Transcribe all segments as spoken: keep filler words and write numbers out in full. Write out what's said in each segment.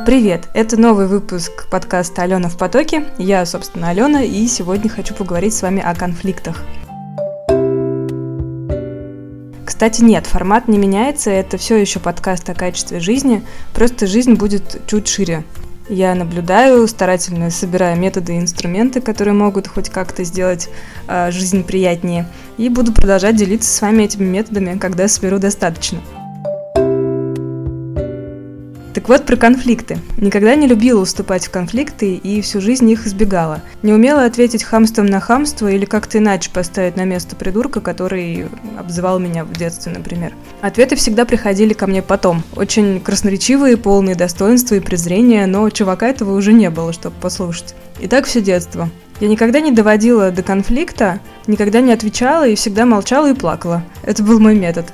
Привет! Это новый выпуск подкаста «Алена в потоке». Я, собственно, Алена, и сегодня хочу поговорить с вами о конфликтах. Кстати, нет, формат не меняется, это все еще подкаст о качестве жизни, просто жизнь будет чуть шире. Я наблюдаю, старательно собираю методы и инструменты, которые могут хоть как-то сделать э, жизнь приятнее, и буду продолжать делиться с вами этими методами, когда соберу достаточно. Так вот, про конфликты. Никогда не любила уступать в конфликты и всю жизнь их избегала. Не умела ответить хамством на хамство или как-то иначе поставить на место придурка, который обзывал меня в детстве, например. Ответы всегда приходили ко мне потом. Очень красноречивые, полные достоинства и презрения, но у чувака этого уже не было, чтобы послушать. И так все детство. Я никогда не доводила до конфликта, никогда не отвечала и всегда молчала и плакала. Это был мой метод.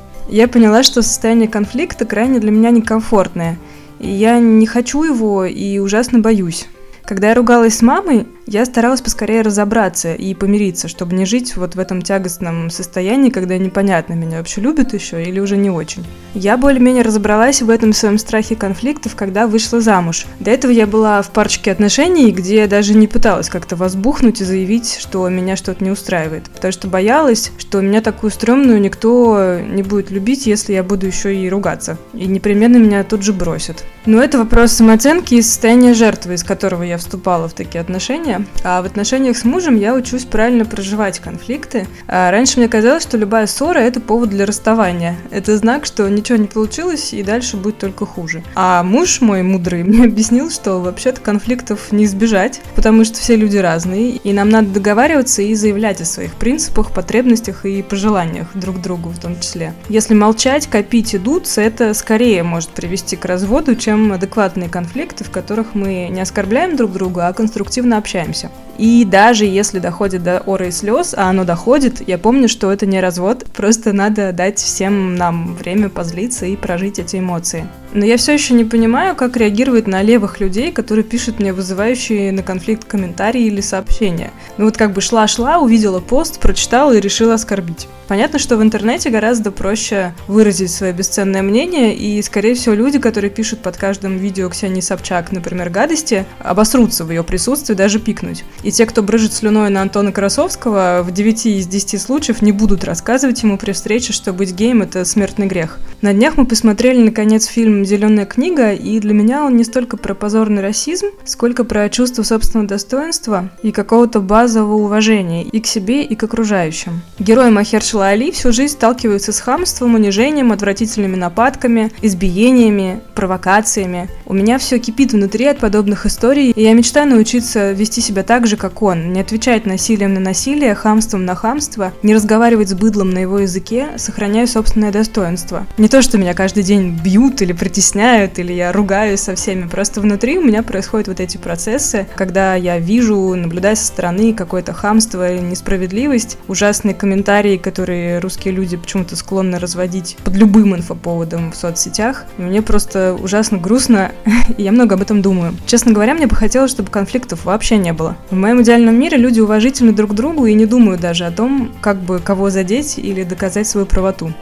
Я поняла, что состояние конфликта крайне для меня некомфортное, и я не хочу его и ужасно боюсь. Когда я ругалась с мамой, я старалась поскорее разобраться и помириться, чтобы не жить вот в этом тягостном состоянии, когда непонятно, меня вообще любят еще или уже не очень. Я более-менее разобралась в этом своем страхе конфликтов, когда вышла замуж. До этого я была в парочке отношений, где я даже не пыталась как-то возбухнуть и заявить, что меня что-то не устраивает, потому что боялась, что меня такую стрёмную никто не будет любить, если я буду еще и ругаться, и непременно меня тут же бросят. Но это вопрос самооценки и состояния жертвы, из которого я вступала в такие отношения. А в отношениях с мужем я учусь правильно проживать конфликты. А раньше мне казалось, что любая ссора – это повод для расставания. Это знак, что ничего не получилось и дальше будет только хуже. А муж мой мудрый мне объяснил, что вообще-то конфликтов не избежать, потому что все люди разные, и нам надо договариваться и заявлять о своих принципах, потребностях и пожеланиях друг другу в том числе. Если молчать, копить и дуться, это скорее может привести к разводу, чем адекватные конфликты, в которых мы не оскорбляем друг друга, а конструктивно общаемся. И даже если доходит до ора и слез, а оно доходит, я помню, что это не развод, просто надо дать всем нам время позлиться и прожить эти эмоции. Но я все еще не понимаю, как реагировать на левых людей, которые пишут мне вызывающие на конфликт комментарии или сообщения. Ну вот как бы шла-шла, увидела пост, прочитала и решила оскорбить. Понятно, что в интернете гораздо проще выразить свое бесценное мнение, и, скорее всего, люди, которые пишут под каждым видео Ксении Собчак, например, гадости, обосрутся в ее присутствии, даже пикнуть. И те, кто брызжет слюной на Антона Красовского, в девяти из десяти случаев не будут рассказывать ему при встрече, что быть геем – это смертный грех. На днях мы посмотрели, наконец, фильм «Зеленая книга», и для меня он не столько про позорный расизм, сколько про чувство собственного достоинства и какого-то базового уважения и к себе, и к окружающим. Герой Махершала Али всю жизнь сталкивается с хамством, унижением, отвратительными нападками, избиениями, провокациями. У меня все кипит внутри от подобных историй, и я мечтаю научиться вести себя так же, как он, не отвечать насилием на насилие, хамством на хамство, не разговаривать с быдлом на его языке, сохраняя собственное достоинство. Не то, что меня каждый день бьют или притесняют, или я ругаюсь со всеми, просто внутри у меня происходят вот эти процессы, когда я вижу, наблюдая со стороны какое-то хамство или несправедливость, ужасные комментарии, которые русские люди почему-то склонны разводить под любым инфоповодом в соцсетях. И мне просто ужасно грустно, и я много об этом думаю. Честно говоря, мне бы хотелось, чтобы конфликтов вообще не было. В моем идеальном мире люди уважительны друг к другу и не думают даже о том, как бы кого задеть или доказать свою правоту.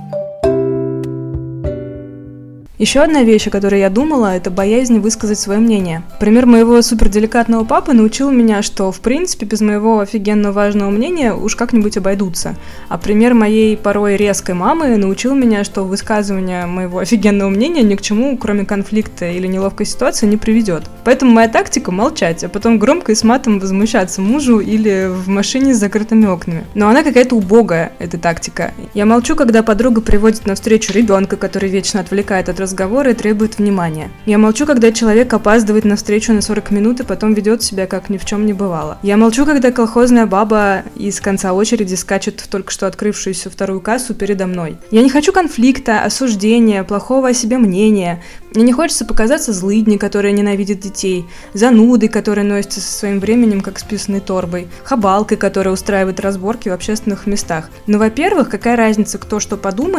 Еще одна вещь, о которой я думала, это боязнь высказать свое мнение. Пример моего суперделикатного папы научил меня, что, в принципе, без моего офигенно важного мнения уж как-нибудь обойдутся. А пример моей порой резкой мамы научил меня, что высказывание моего офигенного мнения ни к чему, кроме конфликта или неловкой ситуации, не приведет. Поэтому моя тактика – молчать, а потом громко и с матом возмущаться мужу или в машине с закрытыми окнами. Но она какая-то убогая, эта тактика. Я молчу, когда подруга приводит на встречу ребенка, который вечно отвлекает от разговора, разговоры и требует внимания. Я молчу, когда человек опаздывает на встречу на сорок минут и потом ведет себя, как ни в чем не бывало. Я молчу, когда колхозная баба из конца очереди скачет в только что открывшуюся вторую кассу передо мной. Я не хочу конфликта, осуждения, плохого о себе мнения. Мне не хочется показаться злыдней, которая ненавидит детей, занудой, которая носится со своим временем, как с писаной торбой, хабалкой, которая устраивает разборки в общественных местах. Но, во-первых, какая разница, кто что подумает,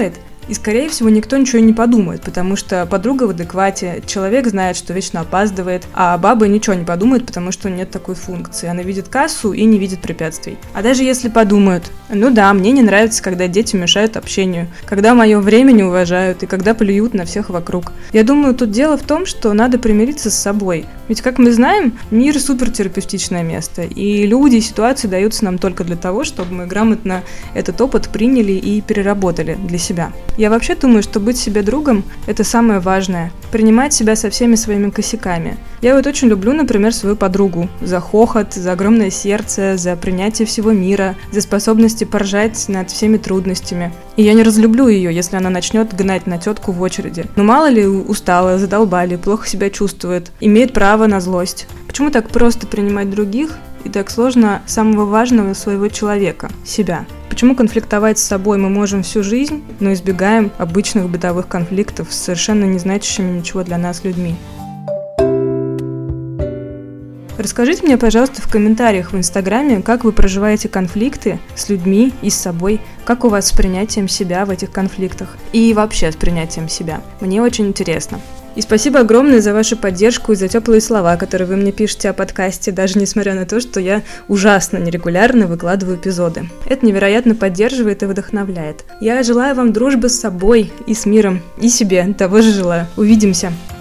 И, скорее всего, никто ничего не подумает, потому что подруга в адеквате, человек знает, что вечно опаздывает, а баба ничего не подумает, потому что нет такой функции. Она видит кассу и не видит препятствий. А даже если подумают, ну да, мне не нравится, когда дети мешают общению, когда мое время не уважают и когда плюют на всех вокруг. Я думаю, тут дело в том, что надо примириться с собой. Ведь, как мы знаем, мир супертерапевтичное место, и люди и ситуации даются нам только для того, чтобы мы грамотно этот опыт приняли и переработали для себя. Я вообще думаю, что быть себе другом – это самое важное. Принимать себя со всеми своими косяками. Я вот очень люблю, например, свою подругу за хохот, за огромное сердце, за принятие всего мира, за способности поржать над всеми трудностями. И я не разлюблю ее, если она начнет гнать на тетку в очереди. Но мало ли, устала, задолбали, плохо себя чувствует, имеет право на злость. Почему так просто принимать других и так сложно самого важного своего человека – себя? Почему конфликтовать с собой мы можем всю жизнь, но избегаем обычных бытовых конфликтов с совершенно не значащими ничего для нас людьми? Расскажите мне, пожалуйста, в комментариях в Инстаграме, как вы проживаете конфликты с людьми и с собой, как у вас с принятием себя в этих конфликтах и вообще с принятием себя. Мне очень интересно. И спасибо огромное за вашу поддержку и за теплые слова, которые вы мне пишете о подкасте, даже несмотря на то, что я ужасно нерегулярно выкладываю эпизоды. Это невероятно поддерживает и вдохновляет. Я желаю вам дружбы с собой и с миром, и себе того же желаю. Увидимся!